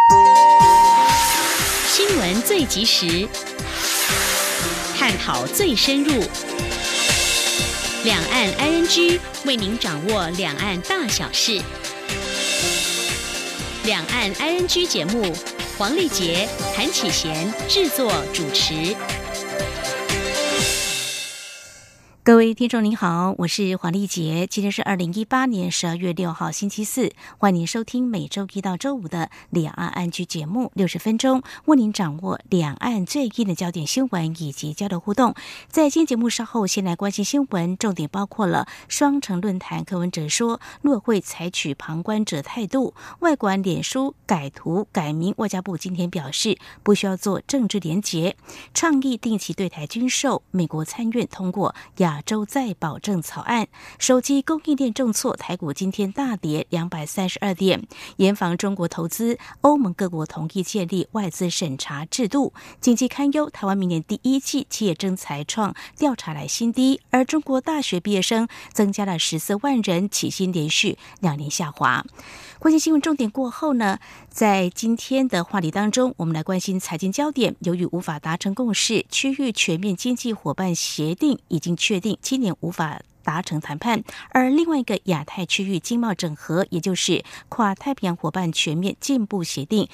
新闻最及时，探讨最深入，两岸 ING 为您掌握两岸大小事。两岸 ING 节目，黄丽杰、谭启贤制作主持。各位听众您好，我是黄丽杰，今天是2018年12月6号星期四，欢迎收听每周一到周五的两岸ING节目60分钟，为您掌握两岸最近的焦点新闻以及交流互动。在今天节目稍后，先来关心新闻，重点包括了双城论坛柯文哲说陆委会采取旁观者态度，外管脸书改图改名，外交部今天表示不需要做政治连结，倡议定期对台军售，美国参院通过亚洲再保证草案，手机供应链重挫，台股今天大跌232点，严防中国投资，欧盟各国同意建立外资审查制度，经济堪忧，台湾明年第一季企业征才创调查来新低，而中国大学毕业生增加了14万人，起薪连续2年下滑。关心新闻重点过后呢，在今天的话题当中，我们来关心财经焦点。由于无法达成共识，区域全面经济伙伴协定已经确定今年无法达成谈判，而另外一个亚太区域经贸整合，也就是跨太平洋伙伴全面进步协定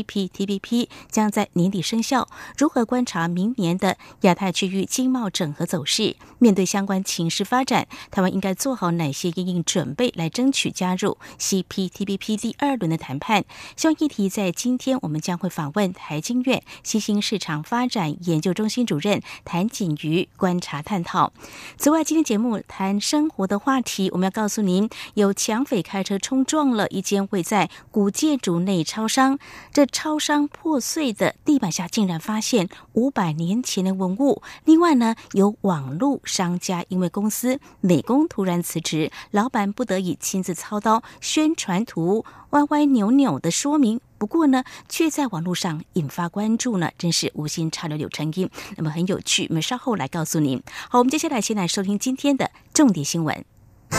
CPTPP 将在年底生效。如何观察明年的亚太区域经贸整合走势？面对相关情势发展，台湾应该做好哪些因应准备来争取加入 CPTPP 第2轮的谈判？相关议题在今天我们将会访问台经院新兴市场发展研究中心主任谭锦瑜观察探讨。此外，今天节目谈生活的话题，我们要告诉您，有抢匪开车冲撞了一间位在古建筑内超商，这超商破碎的地板下竟然发现500年前的文物。另外呢，有网络商家因为公司美工突然辞职，老板不得已亲自操刀宣传图歪歪扭扭的说明，不过呢，却在网络上引发关注呢，真是无心插柳柳成荫。那么很有趣，我们稍后来告诉您。好，我们接下来先来收听今天的重点新闻，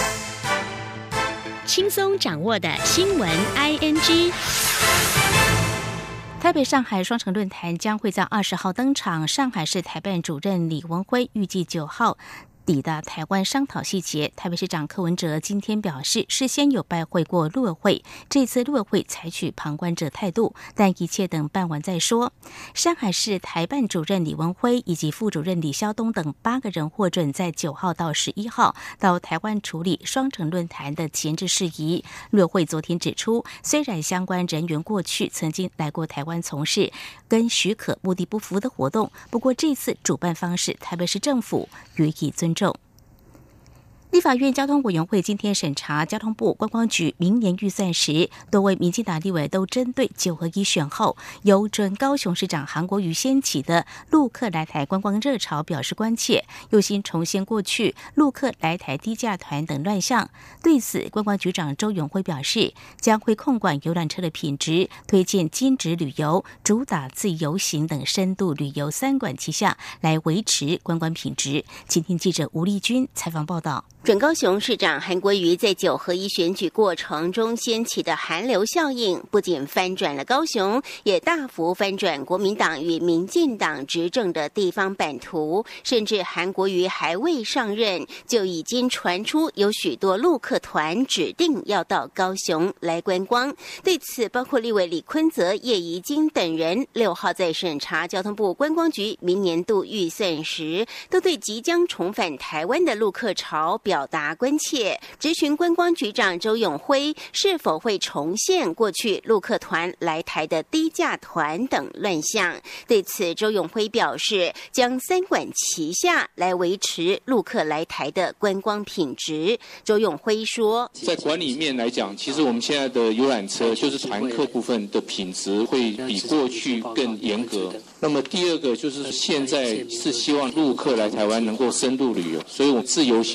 轻松掌握的新闻 ING。台北上海双城论坛将会在20号登场，上海市台办主任李文辉预计9号抵达台湾商讨细节。台北市长柯文哲今天表示，事先有拜会过陆委会，这次陆委会采取旁观者态度，但一切等办完再说。上海市台办主任李文辉以及副主任李肖东等8个人获准在9号到11号到台湾处理双城论坛的前置事宜。陆委会昨天指出，虽然相关人员过去曾经来过台湾从事跟许可目的不符的活动，不过这次主办方式台北市政府予以尊重。立法院交通委员会今天审查交通部观光局明年预算时，多位民进党立委都针对9合1选后由准高雄市长韩国瑜掀起的陆客来台观光热潮表示关切，忧心重现过去陆客来台低价团等乱象。对此，观光局长周永辉表示，将会控管游览车的品质，推荐精致旅游，主打自由行等深度旅游3管齐下，来维持观光品质。请听记者吴丽君采访报道。 准高雄市长韩国瑜在9合1选举过程中掀起的韩流效应，不仅翻转了高雄，也大幅翻转国民党与民进党执政的地方版图。甚至韩国瑜还未上任，就已经传出有许多陆客团指定要到高雄来观光。对此，包括立委李坤泽、叶宜津等人6号在审查交通部观光局明年度预算时，都对即将重返台湾的陆客潮表达关切，质询观光局长周永辉是否会重现过去陆客团来台的低价团等乱象。对此，周永辉表示，将3管齐下来维持陆客来台的观光品质。周永辉说， 在管理面来讲，其实我们现在的游览车就是团客部分的品质会比过去更严格。那么第二个就是现在是希望陆客来台湾能够深度旅游，所以我们自由行的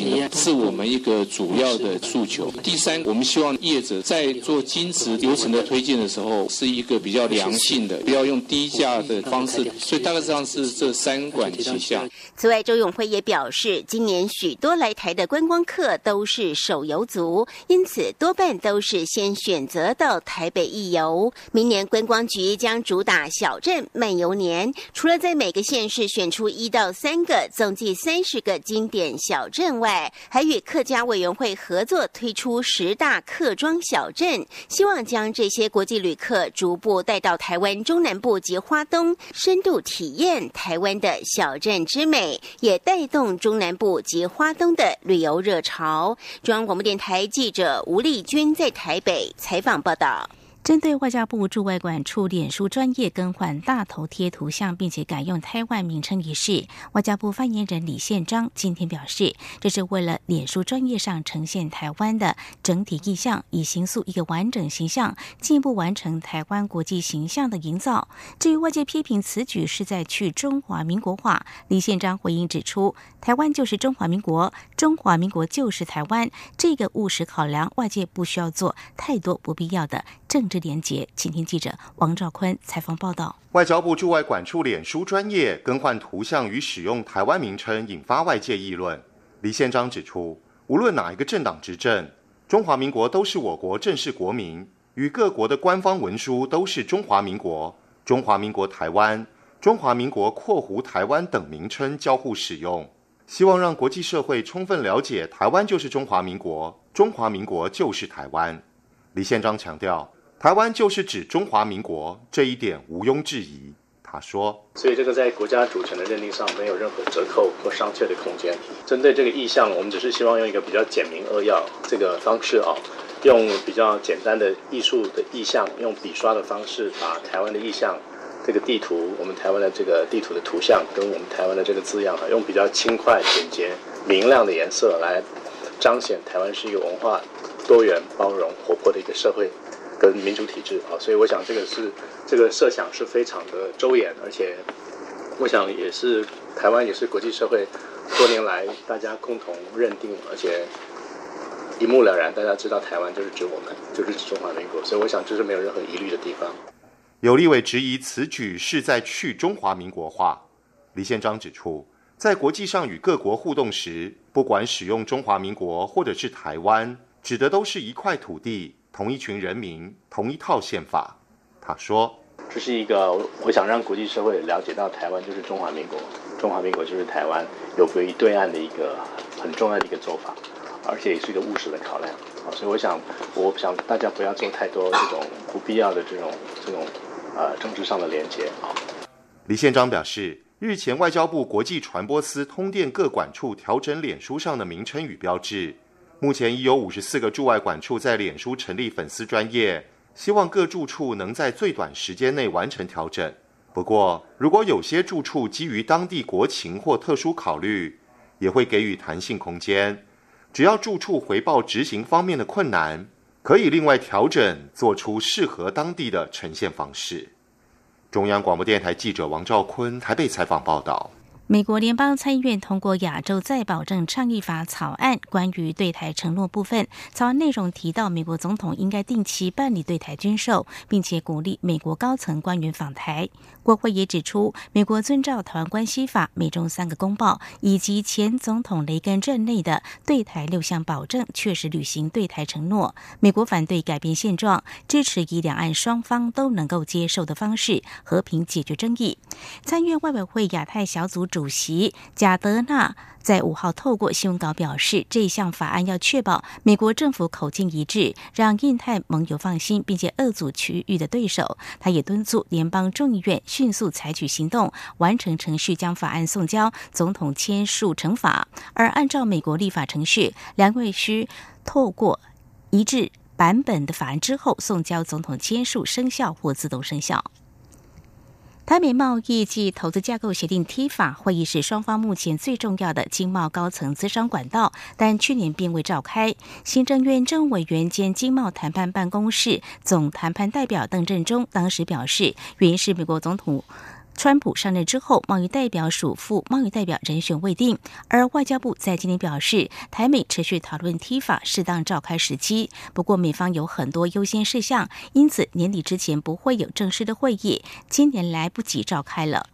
是我们一个主要的诉求。第三，我们希望业者在做金质流程的推荐的时候，是一个比较良性的，不要用低价的方式。所以大概上是这3管齐下。 此外，周永辉也表示，今年许多来台的观光客都是手游族，因此多半都是先选择到台北一游。明年观光局将主打小镇漫游年，除了在每个县市选出1到3个，总计30个经典小镇外，还与客家委员会合作推出10大客庄小镇，希望将这些国际旅客逐步带到台湾中南部及花东，深度体验台湾的小镇之美，也带动中南部及花东的旅游热潮。中央广播电台记者吴丽君在台北采访报道。 针对外交部驻外管处脸书专页更换大头贴图像，并且改用台湾名称一事，外交部发言人李宪章今天表示，这是为了脸书专页上呈现台湾的整体意象，以形塑一个完整形象，进一步完成台湾国际形象的营造。至于外界批评此举是在去中华民国化，李宪章回应指出，台湾就是中华民国，中华民国就是台湾，这个务实考量，外界不需要做太多不必要的政治连结。请听记者王兆坤采访报道。 外交部驻外管处脸书专页更换图像与使用台湾名称，引发外界议论。李宪章指出，无论哪一个政党执政，中华民国都是我国正式国民，与各国的官方文书都是中华民国、中华民国台湾、中华民国（台湾）等名称交互使用，希望让国际社会充分了解台湾就是中华民国，中华民国就是台湾。李宪章强调，台湾就是指中华民国，这一点毋庸置疑。他说， 所以这个在国家主权的认定上没有任何折扣或商榷的空间。针对这个意向，我们只是希望用一个比较简明扼要这个方式用比较简单的艺术的意象，用笔刷的方式把台湾的意象这个地图，我们台湾的这个地图的图像跟我们台湾的这个字样用比较轻快、简洁、明亮的颜色来彰显台湾是一个文化多元、包容、活泼的一个社会跟民主体制所以我想这个设想是非常的周延，而且我想也是台湾也是国际社会多年来大家共同认定，而且一目了然，大家知道台湾就是指我们，就是指中华民国，所以我想这是没有任何疑虑的地方。 有立委质疑此举是在去中华民国化。李宪章指出，在国际上与各国互动时，不管使用中华民国或者是台湾，指的都是一块土地、同一群人民、同一套宪法。他说， 这是一个我想让国际社会了解到台湾就是中华民国，中华民国就是台湾，有别于对岸的一个很重要的一个做法，而且也是一个务实的考量。所以我想大家不要做太多这种不必要的这种政治上的连结。 李宪章表示，日前外交部国际传播司通电各管处调整脸书上的名称与标志，目前已有54个驻外管处在脸书成立粉丝专页，希望各驻处能在最短时间内完成调整。不过，如果有些驻处基于当地国情或特殊考虑，也会给予弹性空间，只要驻处回报执行方面的困难，可以另外调整，做出适合当地的呈现方式。中央广播电台记者王兆坤台北采访报道。 美国联邦参议院通过亚洲再保证倡议法草案，关于对台承诺部分，草案内容提到美国总统应该定期办理对台军售，并且鼓励美国高层官员访台。国会也指出，美国遵照台湾关系法、美中3个公报以及前总统雷根任内的对台6项保证，确实履行对台承诺。美国反对改变现状，支持以两岸双方都能够接受的方式和平解决争议。参议院外委会亚太小组主席贾德纳在5号透过新闻稿表示，这项法案要确保美国政府口径一致，让印太盟友放心，并且遏阻区域的对手。他也敦促联邦众议院迅速采取行动，完成程序，将法案送交总统签署成法。而按照美国立法程序，两位需透过一致版本的法案之后，送交总统签署生效或自动生效。台美贸易暨投资架构协定 TIFA 会议是双方目前最重要的经贸高层咨商管道，但去年并未召开。行政院政务委员兼经贸谈判办公室总谈判代表邓振中当时表示，原因是美国总统川普上任之后，贸易代表署副贸易代表人选未定，而外交部在今天表示，台美持续讨论 TIFA 适当召开时机。不过，美方有很多优先事项，因此年底之前不会有正式的会议，今年来不及召开了。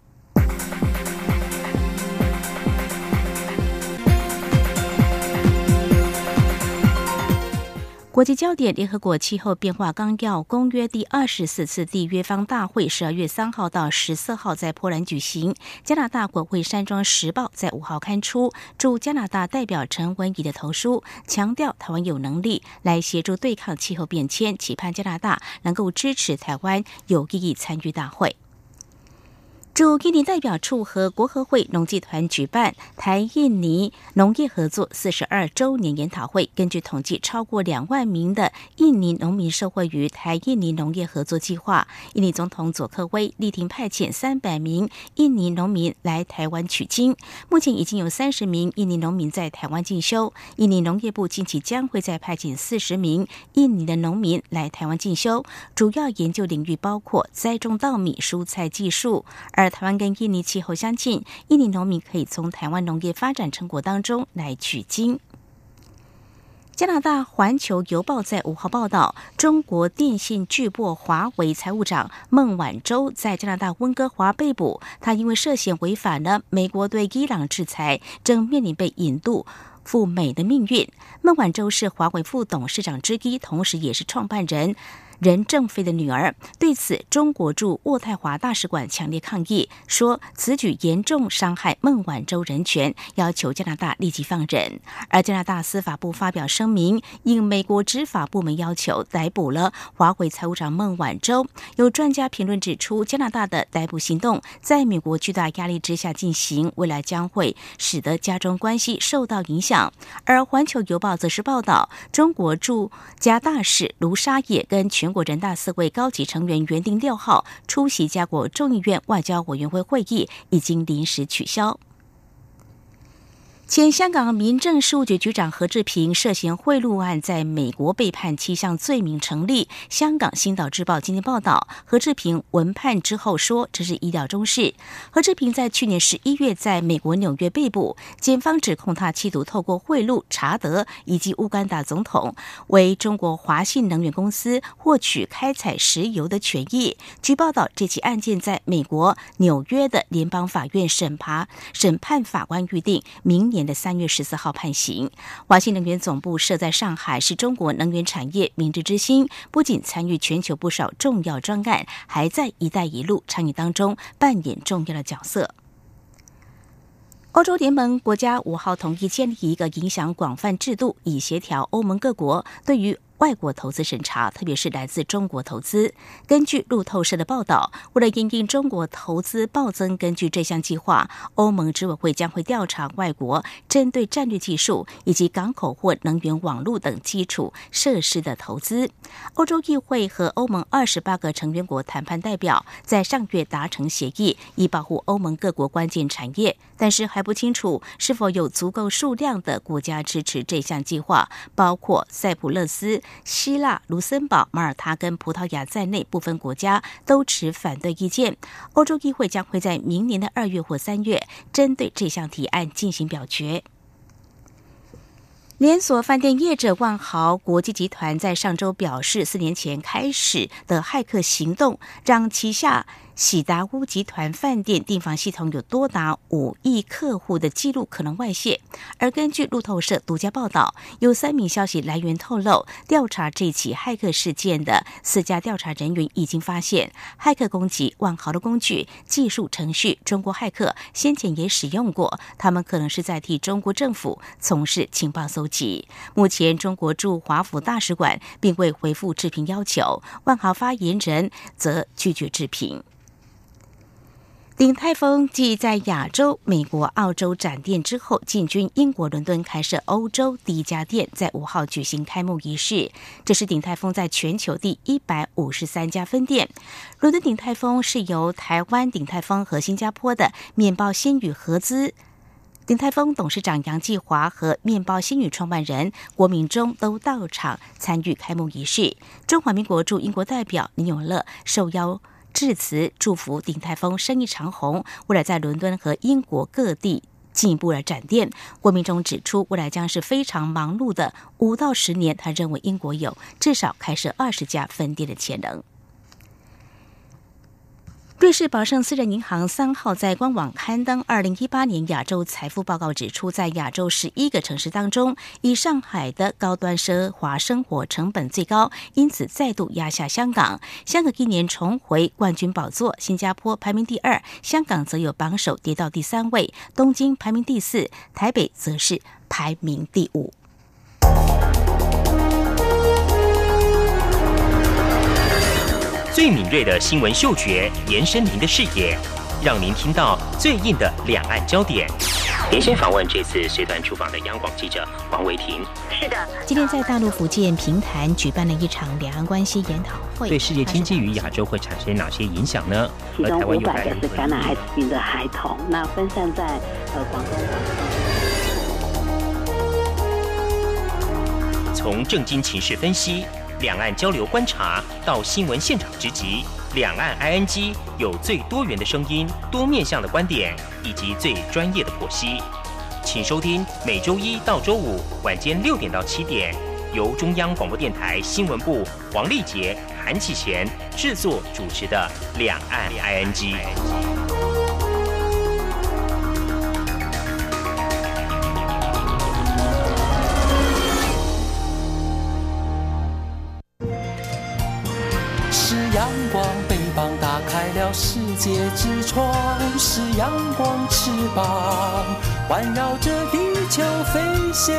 国际焦点：联合国气候变化纲要公约第24次缔约方大会12月3号到14号在波兰举行。加拿大国会山庄时报在5号刊出驻加拿大代表陈文仪的投书，强调台湾有能力来协助对抗气候变迁，期盼加拿大能够支持台湾有意义参与大会。驻印尼代表处和国合会农技团举办台印尼农业合作42周年研讨会。根据统计，超过2万名的印尼农民受惠于台印尼农业合作计划。印尼总统佐科威力挺派遣300名印尼农民来台湾取经。目前已经有30名印尼农民在台湾进修。印尼农业部近期将会再派遣40名印尼的农民来台湾进修，主要研究领域包括栽种稻米、蔬菜技术。而台湾跟印尼气候相近，印尼农民可以从台湾农业发展成果当中来取经。加拿大《环球邮报》在5号报道，中国电信巨擘华为财务长孟晚舟在加拿大温哥华被捕，他因为涉嫌违反了美国对伊朗制裁，正面临被引渡赴美的命运。孟晚舟是华为副董事长之一，同时也是创办人任正非的女儿。对此，中国驻渥太华大使馆强烈抗议，说此举严重伤害孟晚舟人权，要求加拿大立即放人。而加拿大司法部发表声明，应美国执法部门要求，逮捕了华为财务长孟晚舟。有专家评论指出，加拿大的逮捕行动在美国巨大压力之下进行，未来将会使得加中关系受到影响。而环球邮报则是报道，中国驻加大使卢沙野跟全国人大4位高级成员原定6号出席加国众议院外交委员会会议，已经临时取消。前香港民政事务局局长何志平涉嫌贿赂案在美国被判7项罪名成立。香港星岛日报今天报道，何志平闻判之后说这是意料中事。何志平在去年11月在美国纽约被捕，检方指控他企图透过贿赂查德以及乌干达总统为中国华信能源公司获取开采石油的权益。据报道，这起案件在美国纽约的联邦法院审判法官预定明年的3月14号判刑。华信能源总部设在上海，是中国能源产业明日之星，不仅参与全球不少重要专案，还在一带一路倡议当中扮演重要的角色。欧洲联盟国家5号同意建立一个影响广泛制度，以协调欧盟各国对于外国投资审查，特别是来自中国投资。根据路透社的报道，为了因应中国投资暴增，根据这项计划，欧盟执委会将会调查外国针对战略技术以及港口或能源网络等基础设施的投资。欧洲议会和欧盟28个成员国谈判代表在上月达成协议，以保护欧盟各国关键产业，但是还不清楚是否有足够数量的国家支持这项计划，包括塞浦路斯、希腊、卢森堡、马耳他跟葡萄牙在内部分国家都持反对意见。欧洲议会将会在明年的2月或3月针对这项提案进行表决。连锁饭店业者万豪国际集团在上周表示，4年前开始的骇客行动让旗下喜达屋集团饭店订房系统有多达5亿客户的记录可能外泄。而根据路透社独家报道，有3名消息来源透露，调查这起骇客事件的4家调查人员已经发现，骇客攻击万豪的工具、技术程序，中国骇客先前也使用过，他们可能是在替中国政府从事情报搜集。目前中国驻华府大使馆并未回复置评要求，万豪发言人则拒绝置评。鼎泰丰继在亚洲、美国、澳洲展店之后，进军英国伦敦，开设欧洲第一家店，在5号举行开幕仪式。这是鼎泰丰在全球第153家分店。伦敦鼎泰丰是由台湾鼎泰丰和新加坡的面包鲜语合资。鼎泰丰董事长杨继华和面包鲜语创办人郭明忠都到场参与开幕仪式。中华民国驻英国代表林永乐受邀致辞祝福鼎泰丰生意长红，未来在伦敦和英国各地进一步的展店。郭明忠指出，未来将是非常忙碌的5到10年，他认为英国有至少开设20家分店的潜能。瑞士宝盛私人银行3号在官网刊登2018年亚洲财富报告，指出在亚洲11个城市当中，以上海的高端奢华生活成本最高，因此再度压下香港。香港今年重回冠军宝座，新加坡排名第2，香港则有榜首跌到第3位，东京排名第4，台北则是排名第5。 最敏锐的新闻嗅觉，延伸您的视野，让您听到最硬的两岸焦点。连线访问这次随团出访的央广记者王维婷。 是的， 今天在大陆福建平潭举办了一场两岸关系研讨会， 对世界经济与亚洲会产生哪些影响呢？ 其中500个是感染艾滋病的孩童，那分散在广东。 从政经情势分析、两岸交流观察到新闻现场直击，两岸 ING 有最多元的声音、多面向的观点以及最专业的剖析。请收听每周1到周5晚间6点到7点，由中央广播电台新闻部黄丽杰、韩启贤制作主持的《两岸 ING》。 是阳光，翅膀打开了世界之窗；是阳光，翅膀环绕着地球飞翔。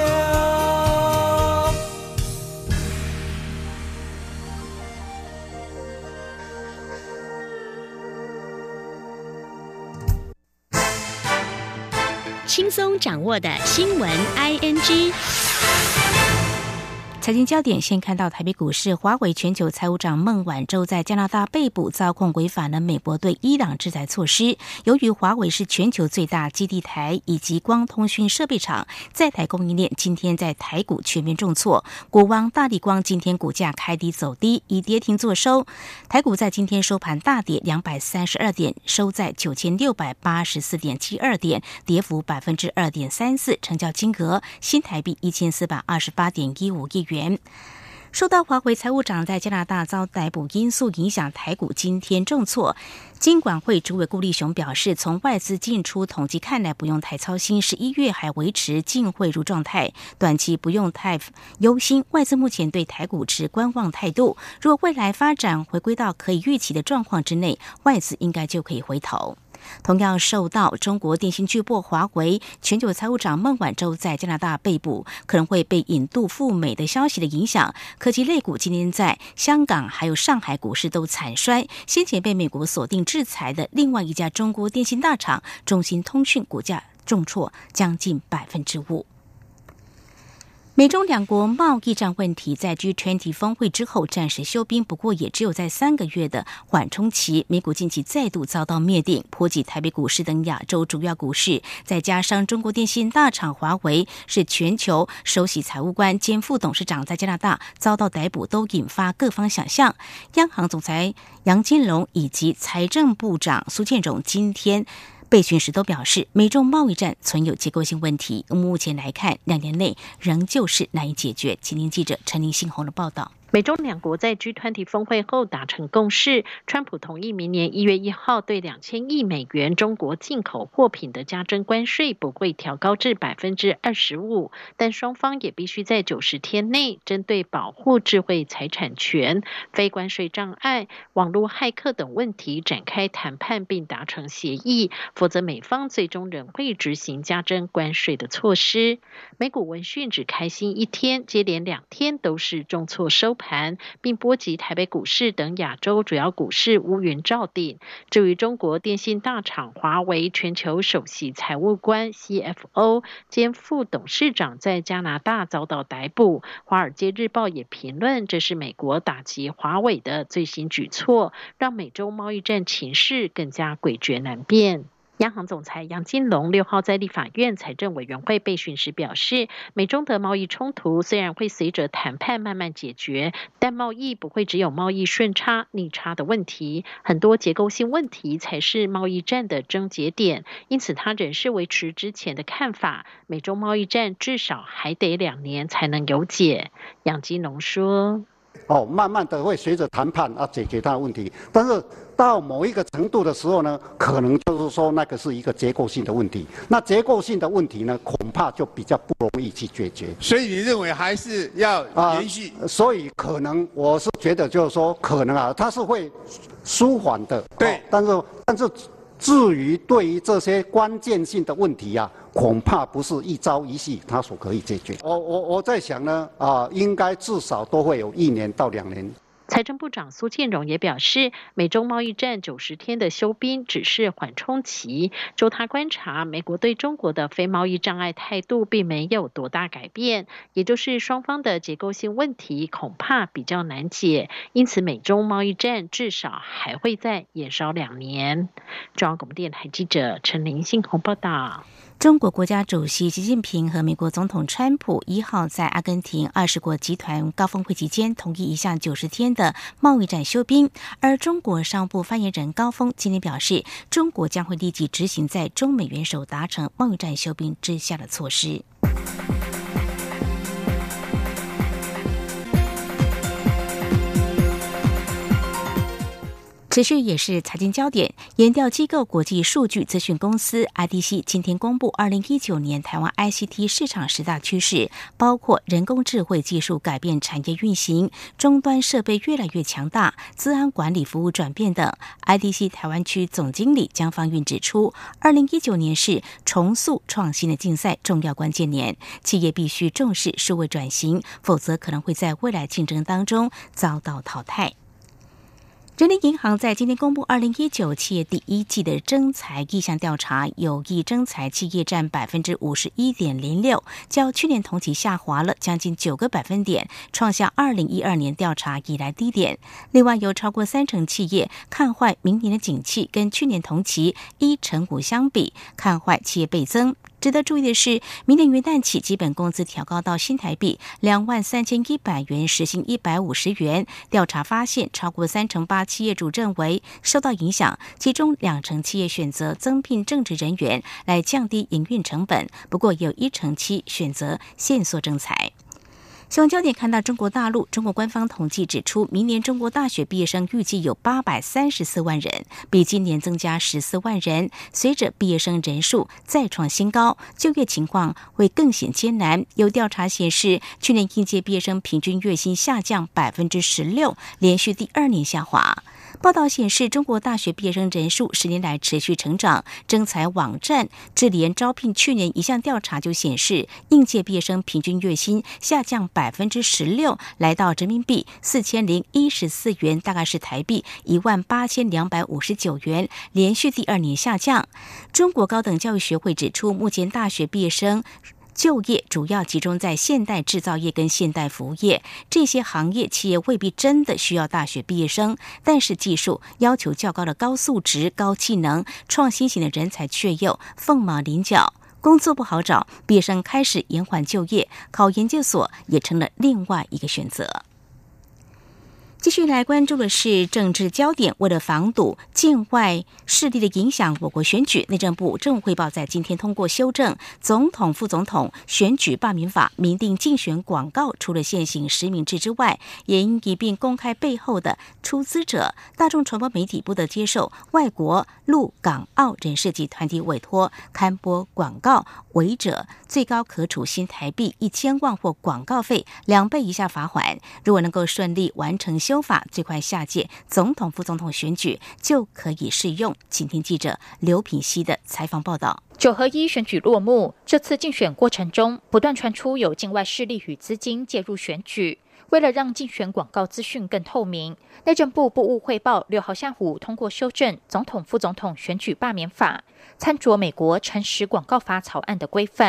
轻松掌握的新闻 ING。 财经焦点，先看到台北股市，华为全球财务长孟晚舟在加拿大被捕，遭控违反了美国对伊朗制裁措施。由于华为是全球最大基地台以及光通讯设备厂，在台供应链今天在台股全面重挫，国旺大立光今天股价开低走低，以跌停作收。台股在今天收盘大跌232点，收在9684.72点，跌幅2.34%，成交金额新台币1428.15亿元。受到华为财务长在加拿大遭逮捕因素影响，台股今天重挫。金管会主委顾立雄表示，从外资进出统计看来，不用太操心，11月还维持净汇入状态，短期不用太忧心。外资目前对台股持观望态度，如果未来发展回归到可以预期的状况之内，外资应该就可以回头。同样受到中国电信巨擘华为全球财务长孟晚舟在加拿大被捕，可能会被引渡赴美的消息的影响，科技类股今天在香港还有上海股市都惨衰。先前被美国锁定制裁的另外一家中国电信大厂中兴通讯股价重挫将近5%。美中两国贸易战问题在 G20 峰会之后暂时休兵，不过也只有在3个月的缓冲期。美股近期再度遭到灭顶，波及台北股市等亚洲主要股市。再加上中国电信大厂华为是全球首席财务官兼副董事长在加拿大遭到逮捕，都引发各方想象。央行总裁杨金龙以及财政部长苏建荣今天被询时都表示，美中贸易战存有结构性问题，目前来看2年内仍旧是难以解决。请听记者陈林信宏的报道。 美中两国在 G20 峰会后达成共识，川普同意明年1月1号对2000亿美元中国进口货品的加征关税不会调高至 25%， 但双方也必须在90天内针对保护智慧财产权、非关税障碍、网络骇客等问题展开谈判并达成协议，否则美方最终仍会执行加征关税的措施。美股闻讯只开心一天，接连2天都是重挫收盘，并波及台北股市等亚洲主要股市乌云罩顶。至于中国电信大厂华为全球首席财务官 CFO 兼副董事长在加拿大遭到逮捕，华尔街日报也评论这是美国打击华为的最新举措，让美洲贸易战情势更加诡谲难辨。 央行总裁杨金龙6号在立法院财政委员会备询时表示，美中的贸易冲突虽然会随着谈判慢慢解决，但贸易不会只有贸易顺差、逆差的问题，很多结构性问题才是贸易战的症结点。因此，他仍是维持之前的看法，美中贸易战至少还得2年才能有解。杨金龙说： 慢慢的会随着谈判解决它的问题，但是到某一个程度的时候呢，可能就是说那个是一个结构性的问题。那结构性的问题呢，恐怕就比较不容易去解决。 所以你认为还是要延续？ 所以可能我是觉得就是说，可能它是会舒缓的。 对， 但是至于对于这些关键性的问题恐怕不是一朝一夕它所可以解决。我在想呢，应该至少都会有1年到2年。 财政部长苏建荣也表示，美中贸易战90天的休兵只是缓冲期。就他观察，美国对中国的非贸易障碍态度并没有多大改变，也就是双方的结构性问题恐怕比较难解，因此美中贸易战至少还会再延烧2年。中央广播电台记者陈林信宏报道。 中国国家主席习近平和美国总统川普1号在阿根廷20国集团高峰会期间同意一项90天的贸易战休兵，而中国商务部发言人高峰今天表示，中国将会立即执行在中美元首达成贸易战休兵之下的措施。持续也是财经焦点，研调机构国际数据资讯公司 IDC 今天公布2019年台湾 ICT 市场10大趋势，包括人工智慧技术改变产业运行、终端设备越来越强大、资安管理服务转变等。IDC 台湾区总经理江芳韵指出，2019年是重塑创新的竞赛重要关键年，企业必须重视数位转型，否则可能会在未来竞争当中遭到淘汰。人力银行在今天公布2019企业第1季的征才意向调查，有意征才企业占 51.06%， 较去年同期下滑了将近9个百分点，创下2012年调查以来低点。另外有超过30%企业看坏明年的景气，跟去年同期1.5%相比，看坏企业倍增。值得注意的是，明年元旦起基本工资调高到新台币23100元，时薪150元。调查发现，超过38%企业主认为受到影响，其中2%企业选择增聘正职人员来降低营运成本，不过也有1%选择限缩征才。新闻焦点看到中国大陆，中国官方统计指出，明年中国大学毕业生预计有834万人，比今年增加14万人。随着毕业生人数再创新高，就业情况会更显艰难。有调查显示，去年应届毕业生平均月薪下降 16%， 连续第2年下滑。报道显示，中国大学毕业生人数10年来持续成长。征才网站智联招聘去年一项调查就显示，应届毕业生平均月薪下降 16%， 来到人民币4014元，大概是台币18259元，连续第2年下降。中国高等教育学会指出，目前大学毕业生就业主要集中在现代制造业跟现代服务业，这些行业企业未必真的需要大学毕业生，但是技术要求较高的高素质、高技能、创新型的人才却又凤毛麟角，工作不好找，毕业生开始延缓就业，考研究所也成了另外一个选择。继续来关注的是政治焦点，为了防堵境外势力的影响我国选举，内政部政务汇报在今天通过修正总统、副总统选举罢免法，明定竞选广告除了现行实名制之外，也应一并公开背后的出资者。大众传播媒体不得接受外国陆港澳人士及团体委托刊播广告，违者最高可处新台币1000万或广告费2倍以下罚款。如果能够顺利完成修法，最快下届总统、副总统选举就可以适用。请听记者刘品熙的采访报道。 9合1选举落幕，这次竞选过程中不断传出有境外势力与资金介入选举。为了让竞选广告资讯更透明，内政部部务汇报6号下午通过修正总统、副总统选举罢免法，参酌美国诚实广告法草案的规范。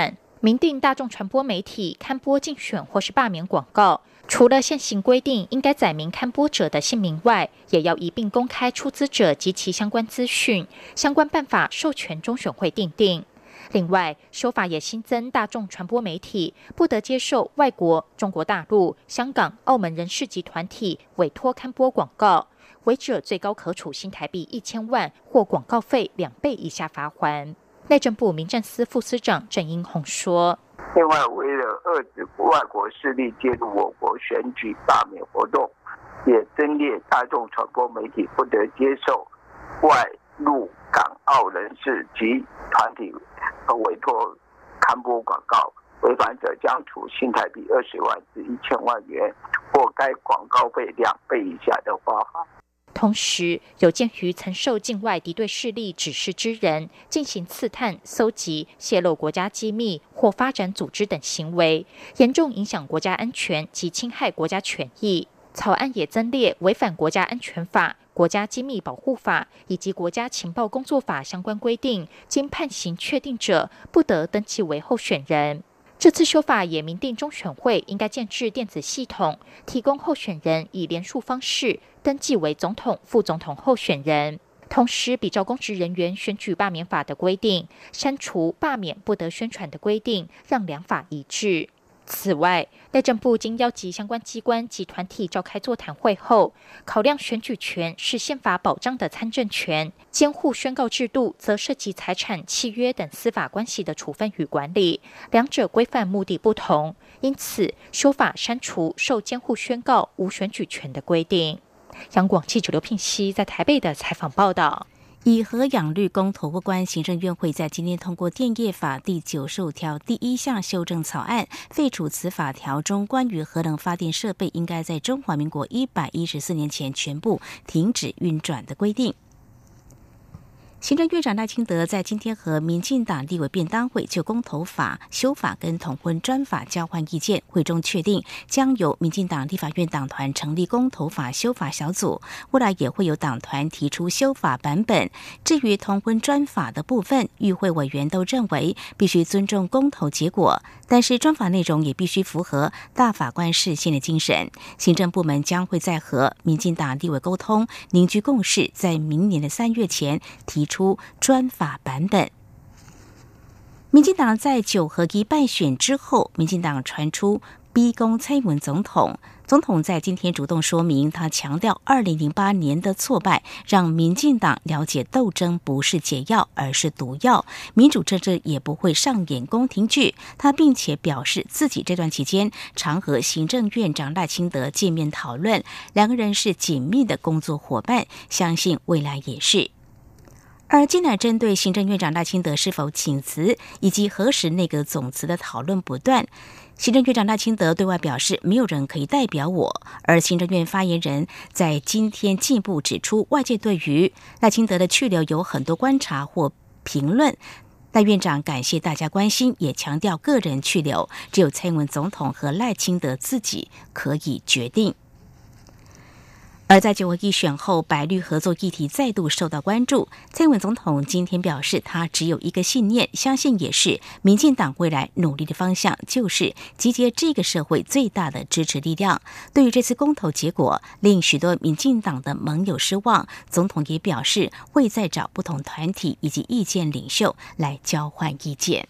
明定大众传播媒体刊播竞选或是罢免广告，除了现行规定应该载明刊播者的姓名外，也要一并公开出资者及其相关资讯。相关办法授权中选会订定。另外，修法也新增大众传播媒体不得接受外国、中国大陆、香港、澳门人士及团体委托刊播广告，违者最高可处新台币1000万或广告费2倍以下罚锾。内政部民政司副司长郑英宏说： 另外，为了遏止外国势力介入我国选举罢免活动，也增列大众传播媒体不得接受外陆港澳人士及团体委托刊播广告，违反者将处新台币20万至1000万元或该广告费2倍以下的罚款。 同时，有鉴于曾受境外敌对势力指示之人进行刺探、搜集、泄露国家机密或发展组织等行为，严重影响国家安全及侵害国家权益，草案也增列违反国家安全法、国家机密保护法以及国家情报工作法相关规定，经判刑确定者不得登记为候选人。这次修法也明定中选会应该建置电子系统，提供候选人以联署方式登记为总统、副总统候选人。同时，比照公职人员选举罢免法的规定，删除罢免不得宣传的规定，让两法一致。此外，内政部经邀集相关机关及团体召开座谈会后，考量选举权是宪法保障的参政权，监护宣告制度则涉及财产、契约等司法关系的处分与管理，两者规范目的不同，因此修法删除受监护宣告无选举权的规定。央广记者刘聘熙在台北的采访报道。 以核养绿公投过关，行政院会在今天通过电业法第95条第1项修正草案，废除此法条中关于核能发电设备应该在中华民国114年前全部停止运转的规定。行政院长赖清德在今天和民进党立委便当会就公投法修法跟同婚专法交换意见，会中确定将由民进党立法院党团成立公投法修法小组，未来也会有党团提出修法版本。至于同婚专法的部分，与会委员都认为必须尊重公投结果，但是专法内容也必须符合大法官释宪的精神。行政部门将会再和民进党立委沟通，凝聚共识，在明年的3月前提出专法版本。民进党在9合1败选之后，民进党传出逼宫蔡英文总统。总统在今天主动说明，他强调2008年的挫败让民进党了解斗争不是解药，而是毒药，民主政治也不会上演宫廷剧。他并且表示自己这段期间常和行政院长赖清德见面讨论，两个人是紧密的工作伙伴，相信未来也是。而近来针对行政院长赖清德是否请辞以及何时内阁总辞的讨论不断，行政院长赖清德对外表示没有人可以代表我，而行政院发言人在今天进一步指出，外界对于赖清德的去留有很多观察或评论。赖院长感谢大家关心，也强调个人去留只有蔡英文总统和赖清德自己可以决定。而在9合1选后，白绿合作议题再度受到关注。蔡英文总统今天表示，他只有一个信念，相信也是民进党未来努力的方向，就是集结这个社会最大的支持力量。对于这次公投结果，令许多民进党的盟友失望，总统也表示会再找不同团体以及意见领袖来交换意见。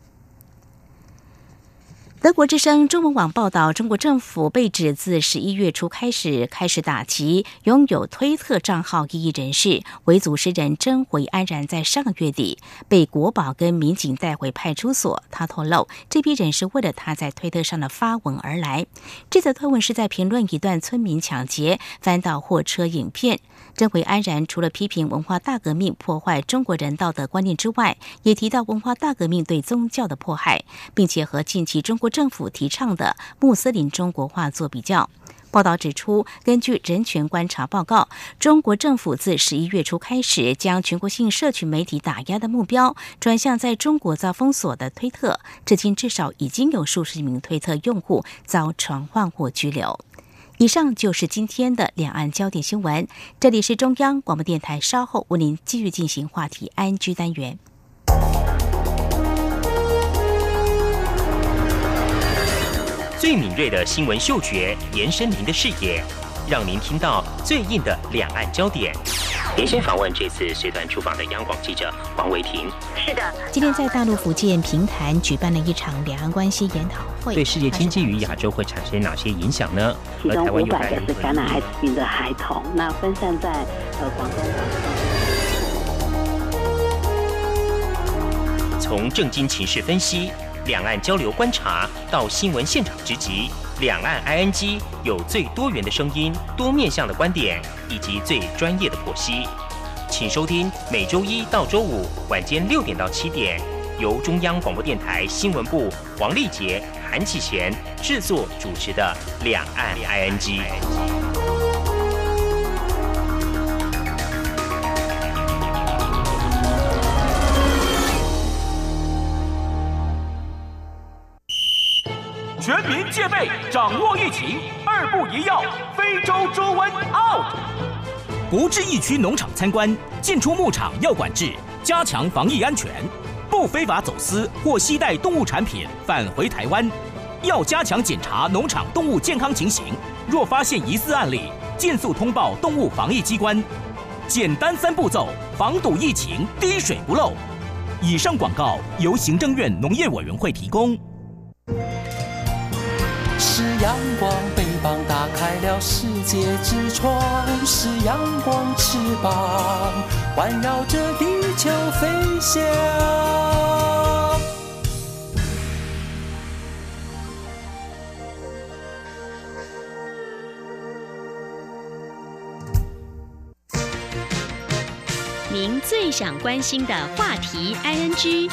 德国之声中文网报道，中国政府被指自11月初开始打击拥有推特账号异议人士。维族诗人甄回安然在上个月底被国保跟民警带回派出所。他透露，这批人是为了他在推特上的发文而来。这则推文是在评论一段村民抢劫翻倒货车影片。甄回安然除了批评文化大革命破坏中国人道德观念之外，也提到文化大革命对宗教的迫害，并且和近期中国政府提倡的穆斯林中国化做比较。报道指出，根据人权观察报告，中国政府自11月初开始将全国性社群媒体打压的目标转向在中国遭封锁的推特，至今至少已经有数十名推特用户遭传唤或拘留。以上就是今天的两岸焦点新闻，这里是中央广播电台，稍后为您继续进行话题安居单元。 最敏锐的新闻嗅觉延伸您的视野，让您听到最硬的两岸焦点。连线访问这次随团出访的央广记者王维婷。 是的， 今天在大陆福建平潭举办了一场两岸关系研讨会， 对世界经济与亚洲会产生哪些影响呢？ 其中500个是感染艾滋病的孩童，那分散在广东。 从政经情势分析、两岸交流观察到新闻现场直击，两岸 ING 有最多元的声音、多面向的观点以及最专业的剖析。请收听每周一到周五晚间6点到7点，由中央广播电台新闻部黄丽杰、韩启贤制作主持的《两岸 ING》。 全民戒备，掌握疫情，2步1要，非洲猪瘟 out。不至疫区农场参观，进出牧场要管制，加强防疫安全。不非法走私或携带动物产品返回台湾，要加强检查农场动物健康情形。若发现疑似案例，尽速通报动物防疫机关。简单3步骤，防堵疫情，滴水不漏。以上广告由行政院农业委员会提供。 是阳光，翅膀打开了世界之窗，是阳光翅膀环绕着地球飞翔。 您最想关心的话题 ING。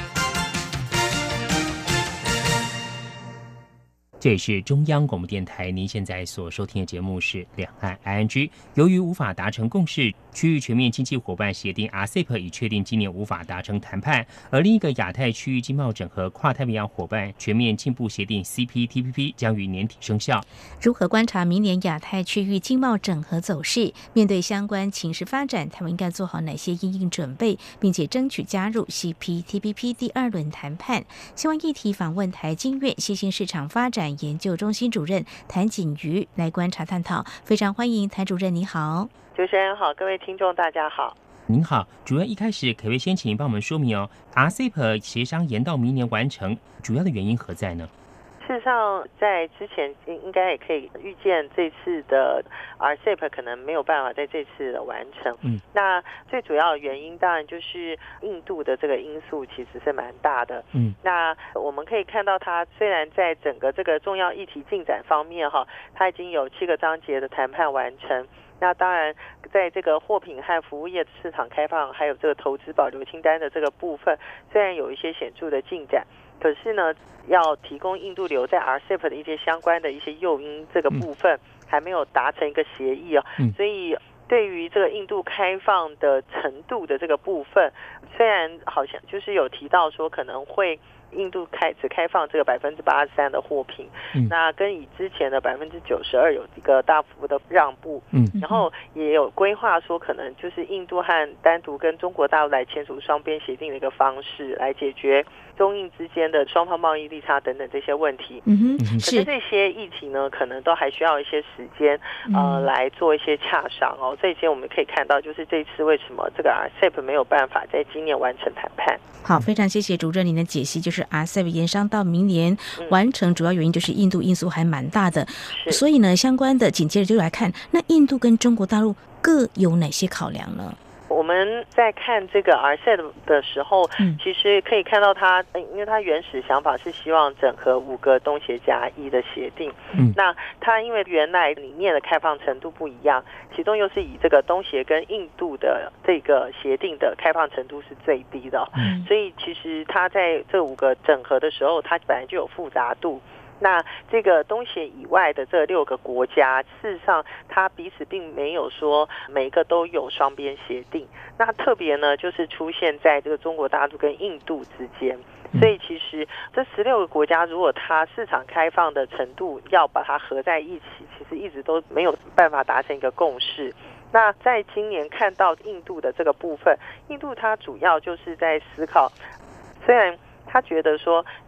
这也是中央广播电台，您现在所收听的节目是两岸 ING。由于无法达成共识，区域全面经济伙伴协定 RCEP 已确定今年无法达成谈判，而另一个亚太区域经贸整合跨太平洋伙伴全面进步协定 CPTPP 将于年底生效。 如何观察明年亚太区域经贸整合走势？面对相关情势发展，台湾应该做好哪些因应准备，并且争取加入 CPTPP 第2轮谈判？相关议题访问台经院新兴市场发展研究中心主任谭锦瑜来观察探讨。非常欢迎谭主任，你好。 主持人好，各位听众大家好。 您好，主任，一开始可不可以先请您帮我们说明RCEP 协商延到明年完成，主要的原因何在呢？ 事实上，在之前应该也可以预见，这次的 RCEP 可能没有办法在这次的完成。那最主要的原因当然就是印度的这个因素其实是蛮大的。那我们可以看到，它虽然在整个这个重要议题进展方面它已经有7个章节的谈判完成。那当然，在这个货品和服务业市场开放，还有这个投资保留清单的这个部分，虽然有一些显著的进展，可是呢，要提供印度留在 RCEP 的一些相关的一些诱因，这个部分还没有达成一个协议所以对于这个印度开放的程度的这个部分，虽然好像就是有提到说可能会印度只开放这个83%的货品，那跟以之前的92%有一个大幅的让步，然后也有规划说可能就是印度和单独跟中国大陆来签署双边协定的一个方式，来解决中印之间的双方贸易利差等等这些问题。可是这些议题呢，可能都还需要一些时间来做一些洽商这一些我们可以看到，就是这次为什么这个 RCEP 没有办法在今年完成谈判。 好，非常谢谢主任您的解析，就是 RCEP 延商到明年完成，主要原因就是印度因素还蛮大的，所以呢，相关的紧接着就来看，那印度跟中国大陆各有哪些考量呢？ 我们在看这个 RCEP 的时候，其实可以看到它，因为它原始想法是希望整合5个东协加1的协定。那它因为原来里面的开放程度不一样，其中又是以这个东协跟印度的这个协定的开放程度是最低的，所以其实它在这5个整合的时候，它本来就有复杂度。那这个东协以外的这6个国家，事实上它彼此并没有说每一个都有双边协定，那特别呢就是出现在这个中国大陆跟印度之间。所以其实这16个国家，如果它市场开放的程度要把它合在一起，其实一直都没有办法达成一个共识。那在今年看到印度的这个部分，印度它主要就是在思考，虽然他觉得说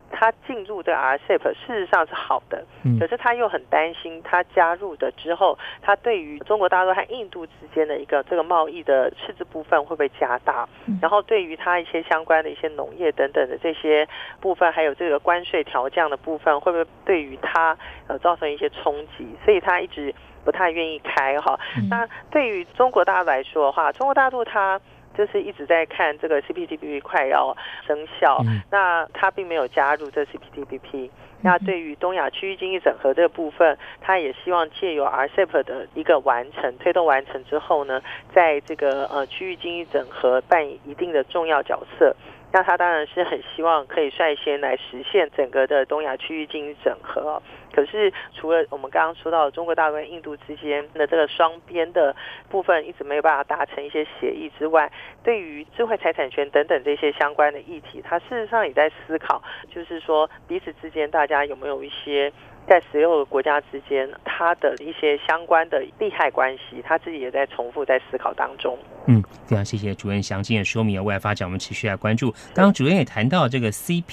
他进入这个 RCEP 事实上是好的，可是他又很担心他加入的之后，他对于中国大陆和印度之间的一个这个贸易的赤字部分会不会加大，然后对于他一些相关的一些农业等等的这些部分，还有这个关税调降的部分，会不会对于他造成一些冲击，所以他一直不太愿意开哈。那对于中国大陆来说的话，中国大陆它就是一直在看这个 CPTPP 快要生效，那他并没有加入这 CPTPP。那对于东亚区域经济整合这个部分，他也希望借由 RCEP 的一个完成推动完成之后呢，在这个区域经济整合扮演一定的重要角色。那他当然是很希望可以率先来实现整个的东亚区域经济整合。可是除了我们刚刚说到的中国大陆跟印度之间的这个双边的部分一直没有办法达成一些协议之外，对于智慧财产权等等这些相关的议题，他事实上也在思考，就是说彼此之间大家有没有一些在16个国家之间他的一些相关的利害关系，他自己也在重复在思考当中。 非常谢谢主任详尽的说明。未来发展我们持续来关注。刚刚主任也谈到这个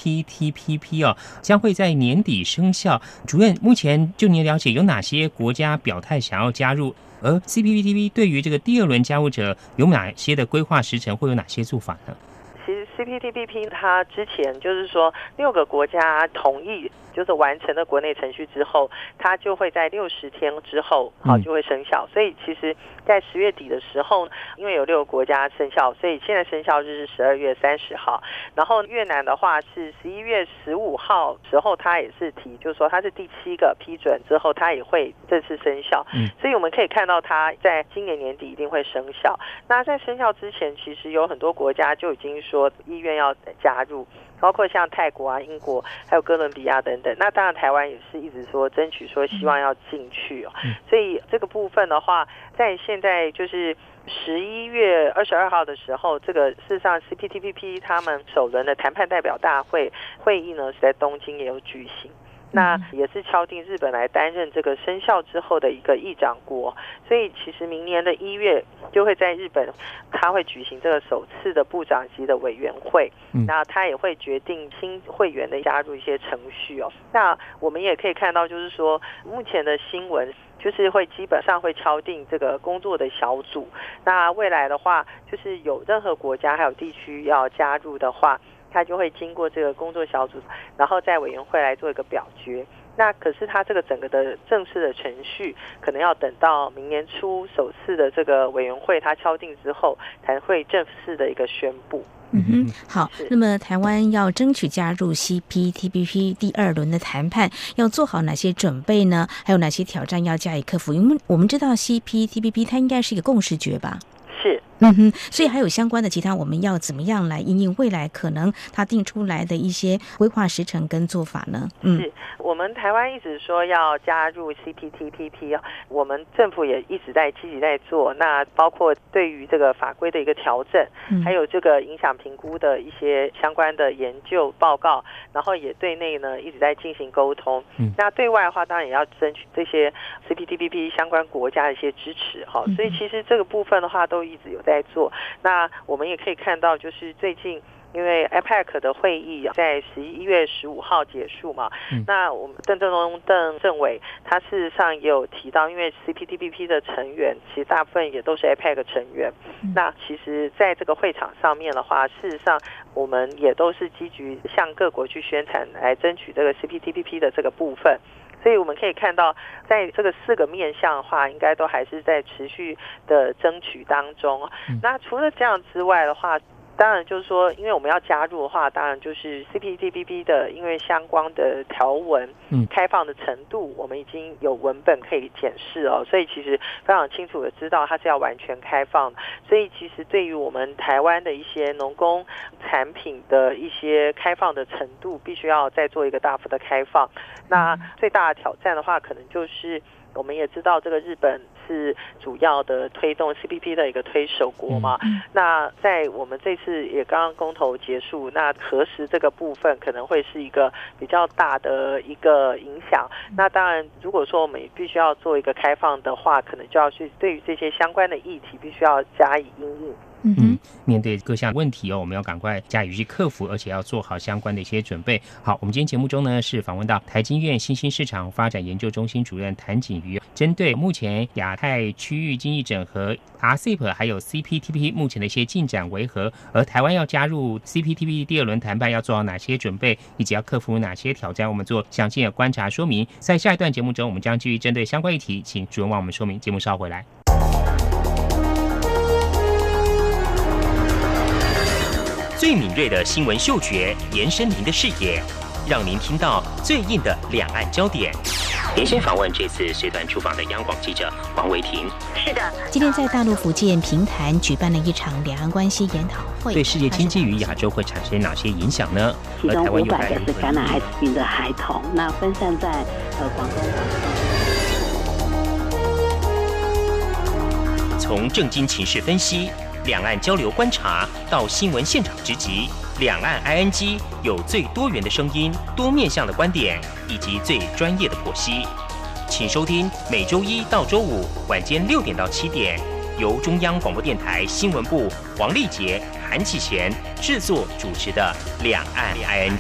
CPTPP 将会在年底生效。主任，目前就您了解有哪些国家表态想要加入？而 CPTPP 对于这个第2轮加入者有哪些的规划时程，会有哪些做法呢？ 其实 CPTPP 它之前就是说6个国家同意就是完成了国内程序之后，它就会在60天之后就会生效。所以其实在10月底的时候，因为有6个国家生效，所以现在生效日是12月30号。然后越南的话是11月15号时候，它也是提，就是说它是第7个批准之后，它也会正式生效。所以我们可以看到它在今年年底一定会生效。那在生效之前，其实有很多国家就已经说意愿要加入，包括像泰国啊、英国还有哥伦比亚等等。那当然台湾也是一直说争取说希望要进去所以这个部分的话，在现在就是11月22号的时候，这个事实上 CPTPP 他们首轮的谈判代表大会议呢是在东京也有举行。那也是敲定日本来担任这个生效之后的一个议长国，所以其实明年的1月就会在日本，他会举行这个首次的部长级的委员会，那他也会决定新会员的加入一些程序那我们也可以看到，就是说目前的新闻就是会基本上会敲定这个工作的小组，那未来的话就是有任何国家还有地区要加入的话，他就会经过这个工作小组，然后在委员会来做一个表决。那可是他这个整个的正式的程序，可能要等到明年初首次的这个委员会他敲定之后，才会正式的一个宣布。 好。那么台湾要争取加入 CPTPP 第2轮的谈判，要做好哪些准备呢？还有哪些挑战要加以克服？因为我们知道 CPTPP 它应该是一个共识决吧？ 是。 所以还有相关的其他我们要怎么样来因应未来可能他定出来的一些规划时程跟做法呢？ 是我们台湾一直说要加入 CPTPP 我们政府也一直在积极在做，那包括对于这个法规的一个调整，还有这个影响评估的一些相关的研究报告，然后也对内呢一直在进行沟通。那对外的话当然也要争取这些 CPTPP 相关国家的一些支持所以其实这个部分的话都一直有在做。那我们也可以看到，就是最近因为 APEC 的会议在11月15号结束嘛，那我们邓政委他事实上也有提到，因为 CPTPP 的成员其实大部分也都是 APEC 成员，那其实在这个会场上面的话，事实上我们也都是积极向各国去宣传来争取这个 CPTPP 的这个部分。所以我们可以看到，在这个4个面向的话，应该都还是在持续的争取当中。那除了这样之外的话，当然就是说，因为我们要加入的话，当然就是 CPTPP 的，因为相关的条文开放的程度，我们已经有文本可以检视所以其实非常清楚的知道它是要完全开放的。所以其实对于我们台湾的一些农工产品的一些开放的程度，必须要再做一个大幅的开放。那最大的挑战的话，可能就是我们也知道这个日本是主要的推动 CPTPP 的一个推手国嘛，那在我们这次也刚刚公投结束，那核实这个部分可能会是一个比较大的一个影响。那当然如果说我们必须要做一个开放的话，可能就要去对于这些相关的议题必须要加以因应。 面对各项问题我们要赶快加以去克服，而且要做好相关的一些准备。好，我们今天节目中呢是访问到台经院新兴市场发展研究中心主任谭景瑜，针对目前亚太区域经济整合 RCEP 还有 CPTPP 目前的一些进展为何，而台湾要加入 CPTPP 第2轮谈判要做好哪些准备，以及要克服哪些挑战，我们做详细的观察说明。在下一段节目中，我们将继续针对相关议题请主任为我们说明。节目稍回来。 最敏锐的新闻嗅觉，延伸您的视野，让您听到最硬的两岸焦点。连线访问这次随团出访的央广记者王维婷。 是的， 今天在大陆福建平潭举办了一场两岸关系研讨会， 对世界经济与亚洲会产生哪些影响呢？ 其中500个是感染艾滋病的孩童，那分散在广东、 从政经情势分析、两岸交流观察到新闻现场直击，两岸 ING 有最多元的声音、多面向的观点以及最专业的剖析。请收听每周1到周5晚间6点到7点，由中央广播电台新闻部黄丽杰、韩启贤制作主持的《两岸 ING》。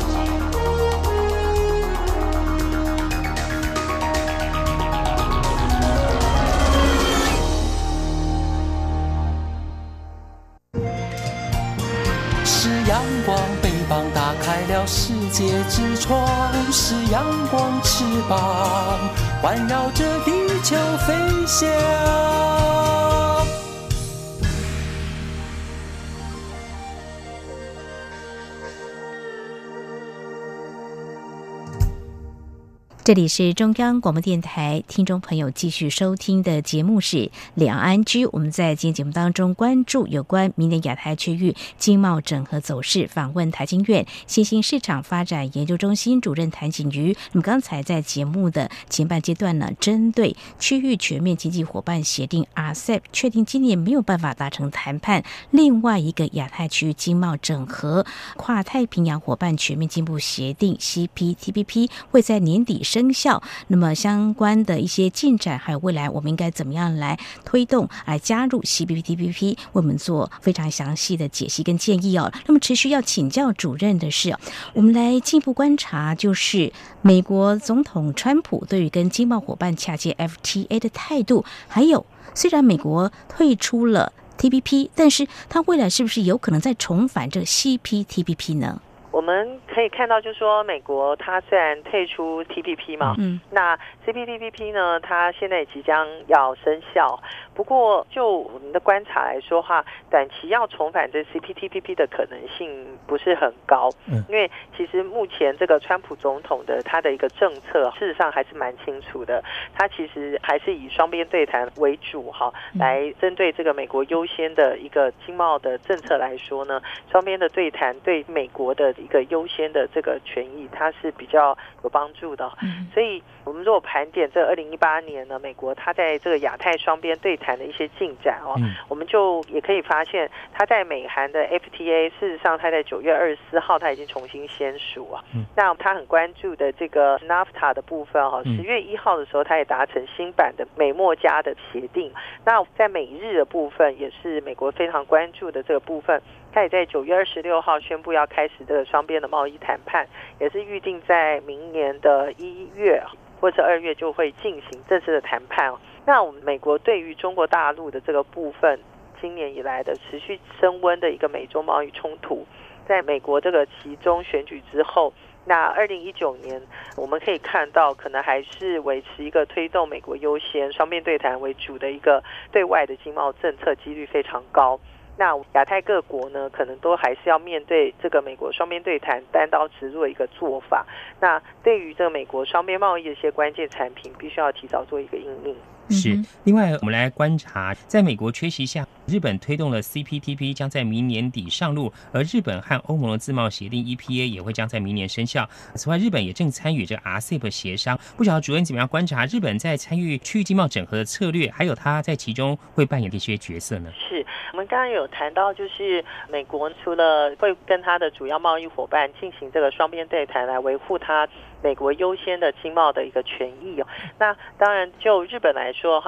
是阳光，翅膀打开了世界之窗，是阳光翅膀环绕着地球飞翔。 这里是中央广播电台，听众朋友继续收听的节目是两岸居。我们在今天节目当中关注有关明年亚太区域经贸整合走势，访问台经院新兴市场发展研究中心主任谭景瑜。那么刚才在节目的前半阶段呢，针对区域全面经济伙伴协定 RCEP 确定今年没有办法达成谈判，另外一个亚太区域经贸整合跨太平洋伙伴全面进步协定 CPTPP 会在年底生效，那么相关的一些进展还有未来我们应该怎么样来推动来加入 CPTPP， 为我们做非常详细的解析跟建议那么持续要请教主任的是我们来进一步观察，就是美国总统川普对于跟经贸伙伴洽接 FTA 的态度，还有虽然美国退出了 TPP， 但是他未来是不是有可能再重返这 CPTPP 呢？ 我们可以看到，就是说美国它虽然退出 TPP 嘛，那 CPTPP 呢，它现在也即将要生效。不过就我们的观察来说话，短期要重返这 CPTPP 的可能性不是很高，因为其实目前这个川普总统的他的一个政策，事实上还是蛮清楚的，他其实还是以双边对谈为主来针对这个美国优先的一个经贸的政策来说呢，双边的对谈对美国的一个优先的这个权益，它是比较有帮助的。所以我们如果盘点这2018年呢，美国它在这个亚太双边对谈的一些进展我们就也可以发现，它在美韩的 FTA， 事实上它在9月24号它已经重新签署那它很关注的这个 NAFTA 的部分10月1号的时候，它也达成新版的美墨加的协定。那在美日的部分，也是美国非常关注的这个部分，它也在9月26号宣布要开始这个双边的贸易谈判，也是预定在明年的1月或者2月就会进行正式的谈判那我们美国对于中国大陆的这个部分，今年以来的持续升温的一个美中贸易冲突，在美国这个期中选举之后，那2019年我们可以看到，可能还是维持一个推动美国优先、双边对谈为主的一个对外的经贸政策，几率非常高。那亚太各国呢，可能都还是要面对这个美国双边对谈单刀直入的一个做法。那对于这个美国双边贸易的一些关键产品，必须要提早做一个因应。 是，另外我们来观察，在美国缺席下，日本推动了 CPTPP 将在明年底上路，而日本和欧盟的自贸协定 EPA 也会将在明年生效。此外，日本也正参与这个 RCEP 协商。不晓得主任怎么样观察日本在参与区域经贸整合的策略，还有它在其中会扮演的一些角色呢？ 是我们刚刚有谈到，就是美国除了会跟它的主要贸易伙伴进行这个双边对谈来维护它美国优先的经贸的一个权益那当然就日本来说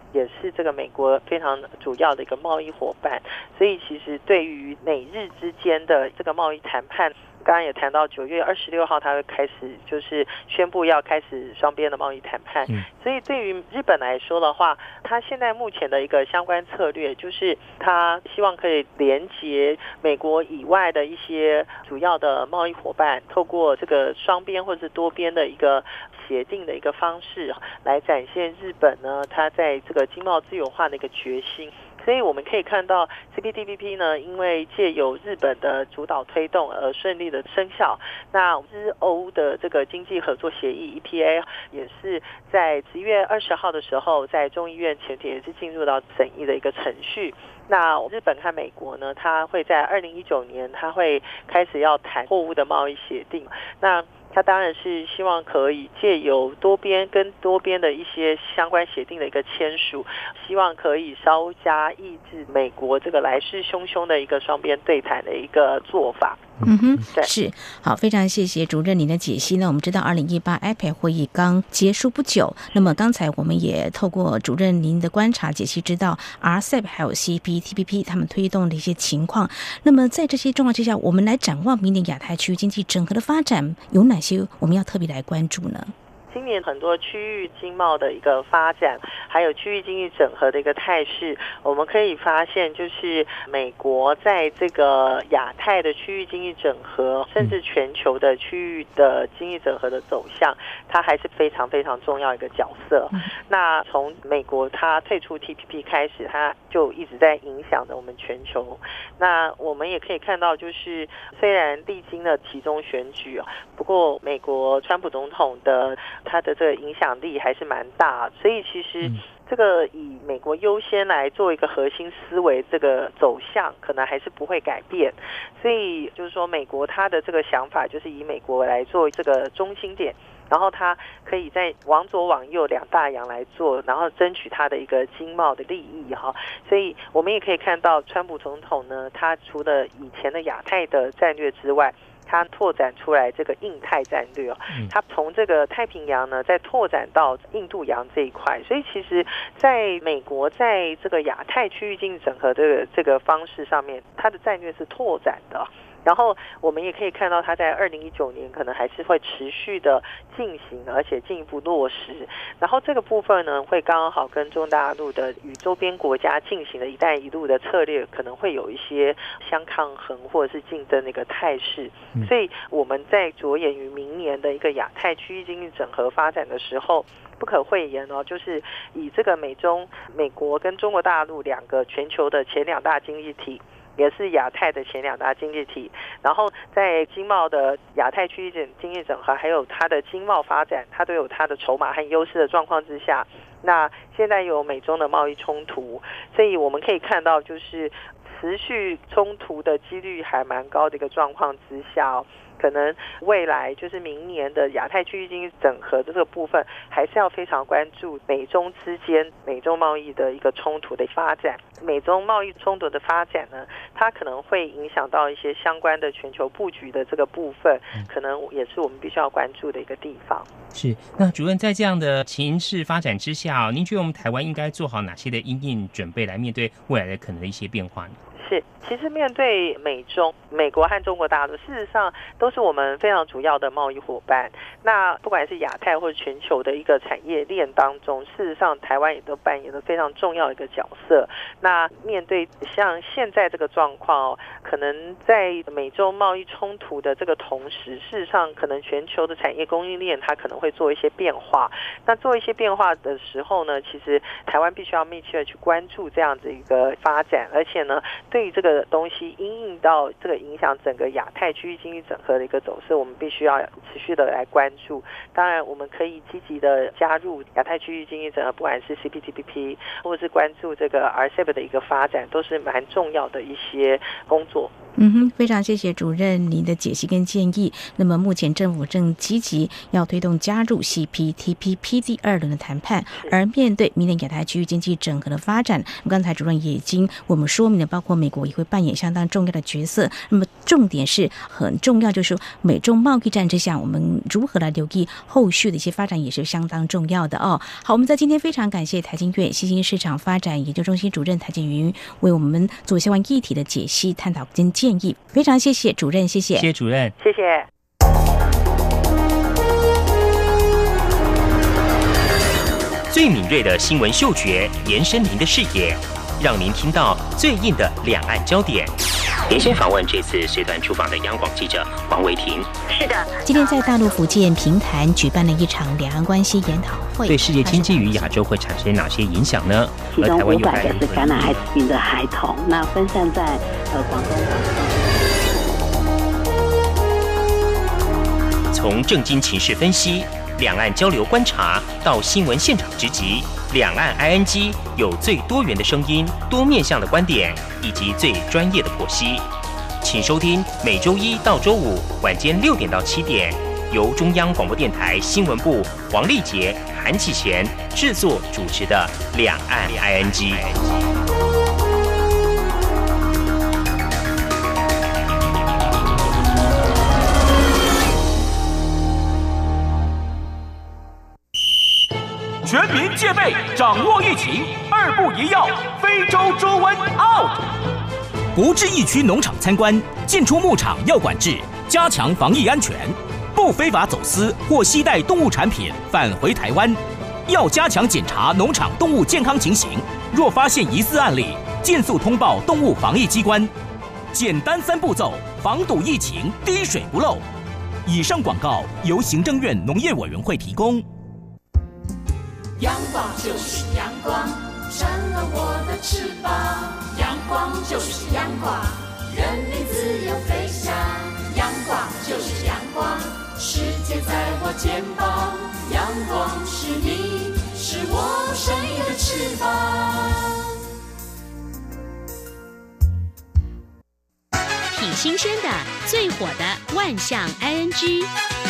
也是这个美国非常主要的一个贸易伙伴，所以其实对于美日之间的这个贸易谈判，刚刚也谈到9月26号他会开始就是宣布要开始双边的贸易谈判，所以对于日本来说的话，他现在目前的一个相关策略就是他希望可以连结美国以外的一些主要的贸易伙伴，透过这个双边或者是多边的一个协定的一个方式来展现日本呢它在这个经贸自由化的一个决心。所以我们可以看到 CPTPP 呢，因为借由日本的主导推动而顺利的生效。那日欧的这个经济合作协议 EPA 也是在11月20号的时候，在众议院前也是进入到审议的一个程序。那日本和美国呢，它会在2019年，它会开始要谈货物的贸易协定。那它当然是希望可以借由多边跟多边的一些相关协定的一个签署，希望可以稍加抑制美国这个来势汹汹的一个双边对谈的一个做法。 是好，非常谢谢主任您的解析呢。我们知道2018 APEC 会议刚结束不久，那么刚才我们也透过主任您的观察解析，知道 RCEP 还有 CPTPP 他们推动的一些情况。那么在这些状况之下，我们来展望明年亚太区经济整合的发展，有哪些我们要特别来关注呢？ 今年很多区域经贸的一个发展，还有区域经济整合的一个态势，我们可以发现，就是美国在这个亚太的区域经济整合，甚至全球的区域的经济整合的走向，它还是非常非常重要一个角色。那从美国它退出 TPP 开始，它就一直在影响着我们全球。那我们也可以看到，就是虽然历经了期中选举，不过美国川普总统的他的这个影响力还是蛮大，所以其实这个以美国优先来做一个核心思维，这个走向可能还是不会改变。所以就是说，美国他的这个想法就是以美国来做这个中心点，然后他可以在往左往右两大洋来做，然后争取他的一个经贸的利益哈。所以我们也可以看到，川普总统呢，他除了以前的亚太的战略之外，他拓展出来这个印太战略，他从这个太平洋呢再拓展到印度洋这一块，所以其实在美国在这个亚太区域经济整合的这个方式上面，他的战略是拓展的。然后我们也可以看到，它在2019年可能还是会持续的进行，而且进一步落实。然后这个部分呢，会刚好跟中大陆的与周边国家进行的一带一路的策略，可能会有一些相抗衡或者是竞争的一个态势。所以我们在着眼于明年的一个亚太区域经济整合发展的时候，不可讳言哦，就是以这个美国跟中国大陆两个全球的前两大经济体，也是亚太的前两大经济体，然后在经贸的亚太区域经济整合，还有它的经贸发展，它都有它的筹码和优势的状况之下，那现在有美中的贸易冲突，所以我们可以看到，就是持续冲突的几率还蛮高的一个状况之下可能未来就是明年的亚太区域经济整合的这个部分，还是要非常关注美中之间美中贸易的一个冲突的发展。美中贸易冲突的发展呢，它可能会影响到一些相关的全球布局的这个部分，可能也是我们必须要关注的一个地方。 是，那主任在这样的情势发展之下，您觉得我们台湾应该做好哪些的因应准备来面对未来的可能的一些变化呢？ 是，其实面对美国和中国大陆，事实上都是我们非常主要的贸易伙伴。那不管是亚太或者全球的一个产业链当中，事实上台湾也都扮演了非常重要的一个角色。那面对像现在这个状况可能在美洲贸易冲突的这个同时，事实上可能全球的产业供应链它可能会做一些变化。那做一些变化的时候呢，其实台湾必须要密切的去关注这样子一个发展，而且呢，对于这个东西因应到这个影响整个亚太区域经济整合的一个走势，我们必须要持续的来关注。当然我们可以积极的加入亚太区域经济整合，不管是 CPTPP 或者是关注这个 RCEP 的一个发展，都是蛮重要的一些工作。 非常谢谢主任您的解析跟建议。那么目前政府正积极要推动加入 CPTPP 第2轮的谈判，而面对明年亚太区域经济整合的发展，刚才主任也已经为我们说明了，包括美国也会扮演相当重要的角色。那么重点是很重要，就是美中贸易战之下，我们如何来留意后续的一些发展也是相当重要的哦。好，我们在今天非常感谢台经院新兴市场发展研究中心主任台建云为我们做相关议题的解析、探讨跟建议，非常谢谢主任，谢谢， 谢谢主任， 谢谢。 最敏锐的新闻嗅觉，延伸您的视野，让您听到最硬的两岸焦点。连线访问这次随团出访的央广记者黄维婷。 是的， 今天在大陆福建平潭举办了一场两岸关系研讨会， 对世界经济与亚洲会产生哪些影响呢？ 其中500个是感染艾滋病的孩童，那分散在广东、 从政经情势分析、两岸交流观察到新闻现场直击，两岸 ING 有最多元的声音、多面向的观点以及最专业的剖析。请收听每周1到周5晚间6点到7点，由中央广播电台新闻部黄丽杰、韩启贤制作主持的《两岸 ING》。 全民戒备，掌握疫情，2步一要，非洲猪瘟 out。不至疫区农场参观，进出牧场要管制，加强防疫安全。不非法走私或携带动物产品返回台湾，要加强检查农场动物健康情形。若发现疑似案例，尽速通报动物防疫机关。简单3步骤，防堵疫情，滴水不漏。以上广告由行政院农业委员会提供。 阳光就是阳光，扇了我的翅膀。阳光就是阳光，人民自由飞翔。阳光就是阳光，世界在我肩膀。阳光是你，是我生命的翅膀。 挺新鲜的，最火的万象 ING。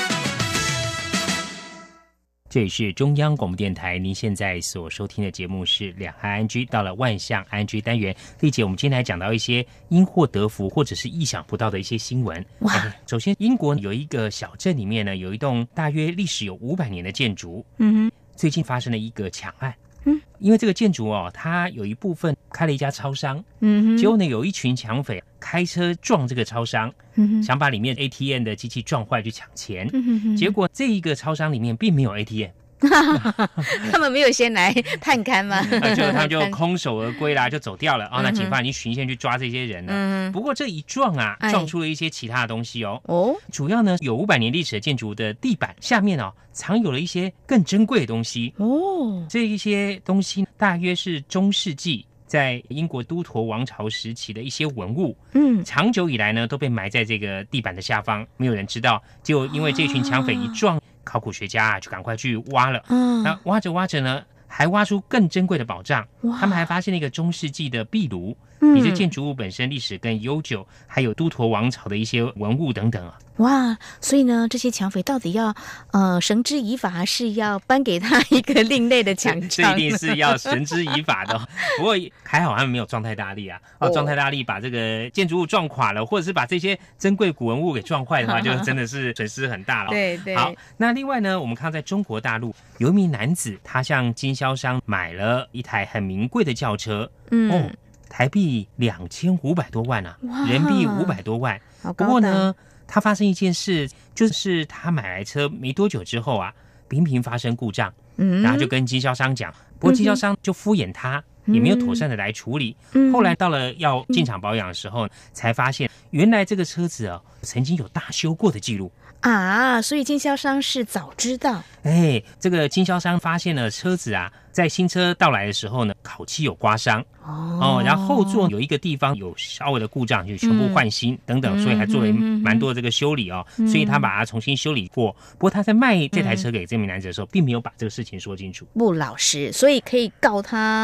这里是中央广播电台，您现在所收听的节目是两岸 ING， 到了万象 ING 单元。丽姐，我们今天来讲到一些因祸得福或者是意想不到的一些新闻。哇！首先，英国有一个小镇里面呢，有一栋大约历史有500年的建筑。最近发生了一个抢案。因为这个建筑它有一部分开了一家超商。结果呢，有一群抢匪开车撞这个超商。想把里面 ATM 的机器撞坏去抢钱。结果这一个超商里面并没有 ATM。 他们没有先来探勘吗？ 他们就空手而归啦，就走掉了。那警方已经循线去抓这些人了。不过这一撞啊，撞出了一些其他的东西主要呢，有500年历史的建筑的地板下面藏有了一些更珍贵的东西。这一些东西大约是中世纪在英国都铎王朝时期的一些文物。长久以来呢，都被埋在这个地板的下方，没有人知道。就因为这群抢匪一撞，考古学家就赶快去挖了。那挖着挖着呢，还挖出更珍贵的宝藏。他们还发现了一个中世纪的壁炉，比这建筑物本身历史更悠久，还有都铎王朝的一些文物等等啊。 哇，所以呢，这些抢匪到底要绳之以法，是要颁给他一个另类的奖章？ 这一定是要绳之以法的。不过还好他们没有撞太大力啊。撞太大力把这个建筑物撞垮了，或者是把这些珍贵古文物给撞坏的话，就真的是损失很大了。 对。 好，那另外呢，我们看在中国大陆有一名男子，他向经销商买了一台很名贵的轿车。台币2500多万啊，人民币500多万。不过呢，他发生一件事，就是他买来车没多久之后啊，频频发生故障。然后就跟经销商讲，不过经销商就敷衍他，也没有妥善的来处理。后来到了要进厂保养的时候，才发现原来这个车子曾经有大修过的记录。 所以经销商是早知道。 这个经销商发现了车子在新车到来的时候呢，烤漆有刮伤。然后后座有一个地方有稍微的故障，就全部换新等等，所以还做了蛮多的这个修理所以他把它重新修理过。不过他在卖这台车给这名男子的时候，并没有把这个事情说清楚， 不老实，所以可以告他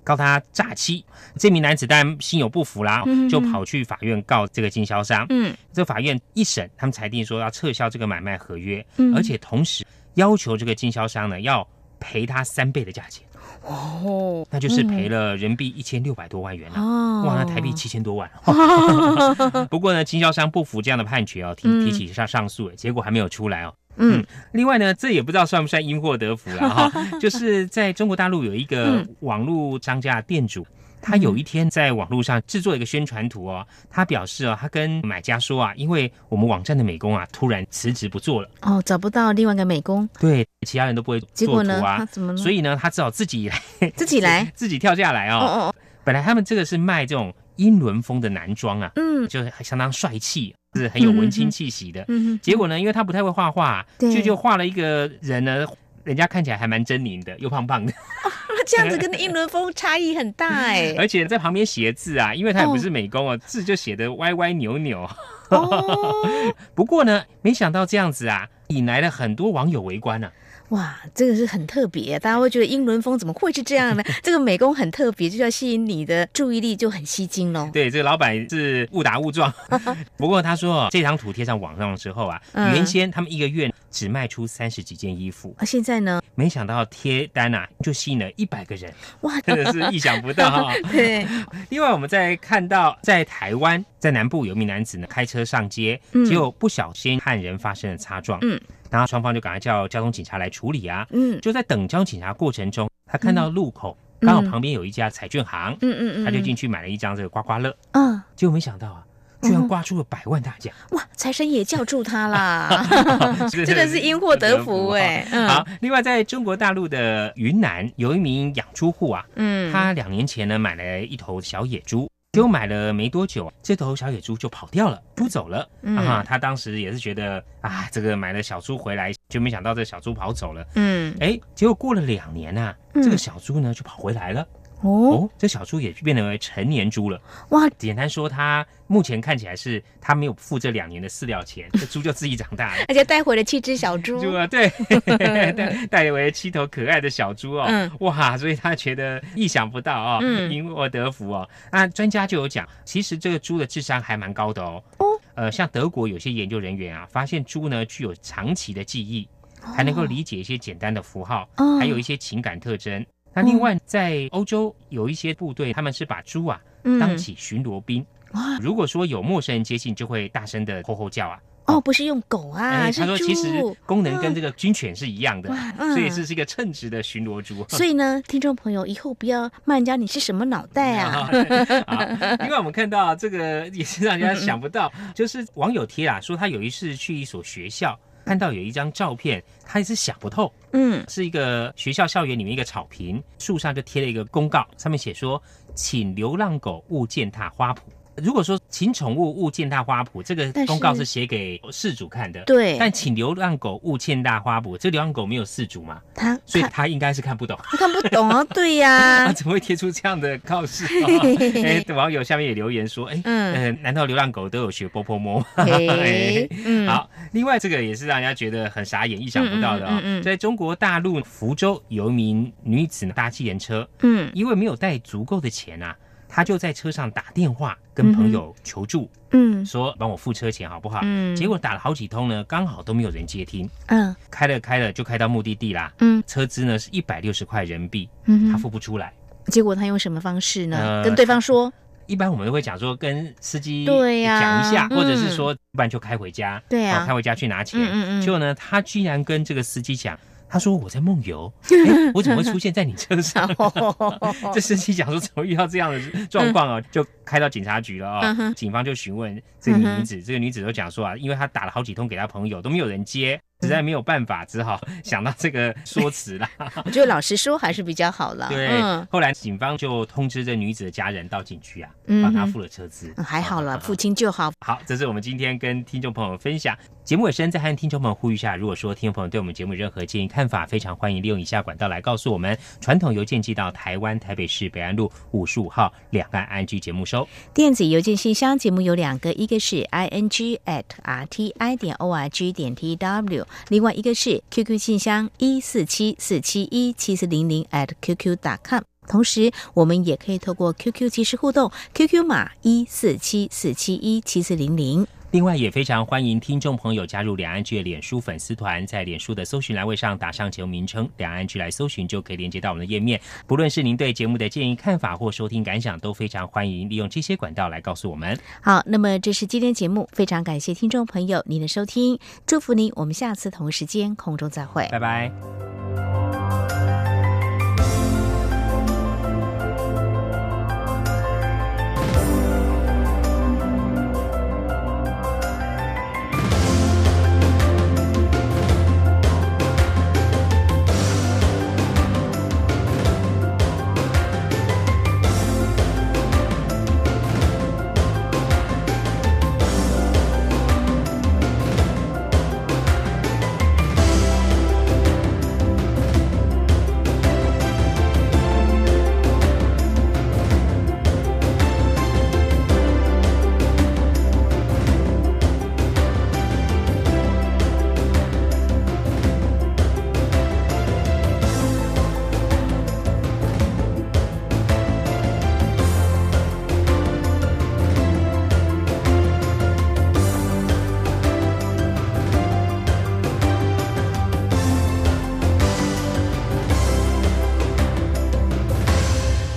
告他诈欺。这名男子当然心有不服啦，就跑去法院告这个经销商。这法院一审，他们裁定说要撤销这个买卖合约，而且同时要求这个经销商呢要赔他3倍的价钱。那就是赔了人民币1600多万元了。哇，那台币7000多万。不过呢，经销商不服这样的判决提起上诉，结果还没有出来哦。另外呢，这也不知道算不算因祸得福了哈。就是在中国大陆有一个网络商家店主，他有一天在网络上制作一个宣传图哦，他表示他跟买家说因为我们网站的美工突然辞职不做了， 找不到另外一个美工， 对，其他人都不会做图结果呢，他怎么了？所以呢，他只好自己来， 自己跳下来本来他们这个是卖这种英伦风的男装就相当帅气，是很有文青气息的。结果呢，因为他不太会画画，就画了一个人呢，人家看起来还蛮狰狞的，又胖胖的。 这样子跟英伦风差异很大哎。 而且在旁边写字因为他也不是美工字就写得歪歪扭扭。不过呢，没想到这样子引来了很多网友围观哇，这个是很特别，大家会觉得英伦风怎么会是这样呢？这个美工很特别，就要吸引你的注意力，就很吸睛咯。 对，这个老板是误打误撞。不过他说这张图贴上网上之后原先他们一个月只卖出30几件衣服， 现在呢， 没想到贴单就吸引了100个人，哇，真的是意想不到对。 另外我们再看到在台湾，在南部有一名男子呢开车上街，结果不小心和人发生了擦撞，然后双方就赶快叫交通警察来处理就在等交通警察过程中，他看到路口刚好旁边有一家彩券行，他就进去买了一张这个刮刮乐，结果没想到居然刮出了100万大奖， 哇！财神也叫住他啦，真的是因祸得福哎。 好，另外在中国大陆的云南有一名养猪户他2年前呢买了一头小野猪。结果买了没多久，这头小野猪就跑掉了，出走了。他当时也是觉得这个买了小猪回来，就没想到这小猪跑走了。结果过了2年这个小猪呢就跑回来了。这小猪也变成为成年猪了。哇！简单说，它目前看起来是它没有付这2年的饲料钱，这猪就自己长大了， 而且带回了7只小猪。 对，带回7头可爱的小猪哇！所以他觉得意想不到因祸得福专家就有讲，其实这个猪的智商还蛮高的像德国有些研究人员发现猪呢具有长期的记忆，还能够理解一些简单的符号，还有一些情感特征。那另外在欧洲有一些部队，他们是把猪当起巡逻兵，如果说有陌生人接近，就会大声的吼叫不是用狗他说其实功能跟这个军犬是一样的，所以是一个称职的巡逻猪。 所以呢，听众朋友以后不要骂人家你是什么脑袋另外我们看到这个也是让人家想不到，就是网友贴说他有一次去一所学校，看到有一张照片，他也是想不透，是一个学校校园里面一个草坪，树上就贴了一个公告，上面写说请流浪狗勿践踏花圃。如果说请宠物勿践踏花圃，这个公告是写给饲主看的， 对。 但请流浪狗勿践踏花圃，这流浪狗没有饲主嘛，所以他应该是看不懂， 看不懂对呀， 他怎么会贴出这样的告示网友下面也留言说，难道流浪狗都有学波波摸吗？好，另外这个也是让人家觉得很傻眼、意想不到的在中国大陆福州有一名女子搭计程车，因为没有带足够的钱他就在车上打电话跟朋友求助，说帮我付车钱好不好？结果打了好几通呢，刚好都没有人接听。开了就开到目的地啦。车资呢是160块人民币，他付不出来。 结果他用什么方式呢？跟对方说。 一般我们会讲说跟司机讲一下，或者是说不然就开回家，开回家去拿钱。结果呢，他居然跟这个司机讲。他说我在梦游，我怎么会出现在你车上？这司机讲说怎么遇到这样的状况就开到警察局了警方就询问这个女子，这个女子都讲说因为她打了好几通给她朋友都没有人接，实在没有办法，只好想到这个说辞啦。 我觉得老实说还是比较好了。 对，后来警方就通知这女子的家人到警局帮她付了车资。 还好了，父亲就好。 好，这是我们今天跟听众朋友分享。节目尾声再和听众朋友呼吁一下，如果说听众朋友对我们节目任何建议看法，非常欢迎利用以下管道来告诉我们。传统邮件寄到台湾台北市北安路55号两岸ING节目收。 电子邮件信箱节目有2个，一个是 ing@rti.org.tw， 另外一个是 QQ 信箱147471700@qq.com。 同时我们也可以透过 QQ 即时互动 QQ 码14747174400。 另外也非常欢迎听众朋友加入两岸居的脸书粉丝团，在脸书的搜寻栏位上打上节目名称两岸居来搜寻，就可以连接到我们的页面。不论是您对节目的建议看法或收听感想，都非常欢迎利用这些管道来告诉我们。 好，那么这是今天节目，非常感谢听众朋友您的收听，祝福您，我们下次同一时间空中再会， 拜拜。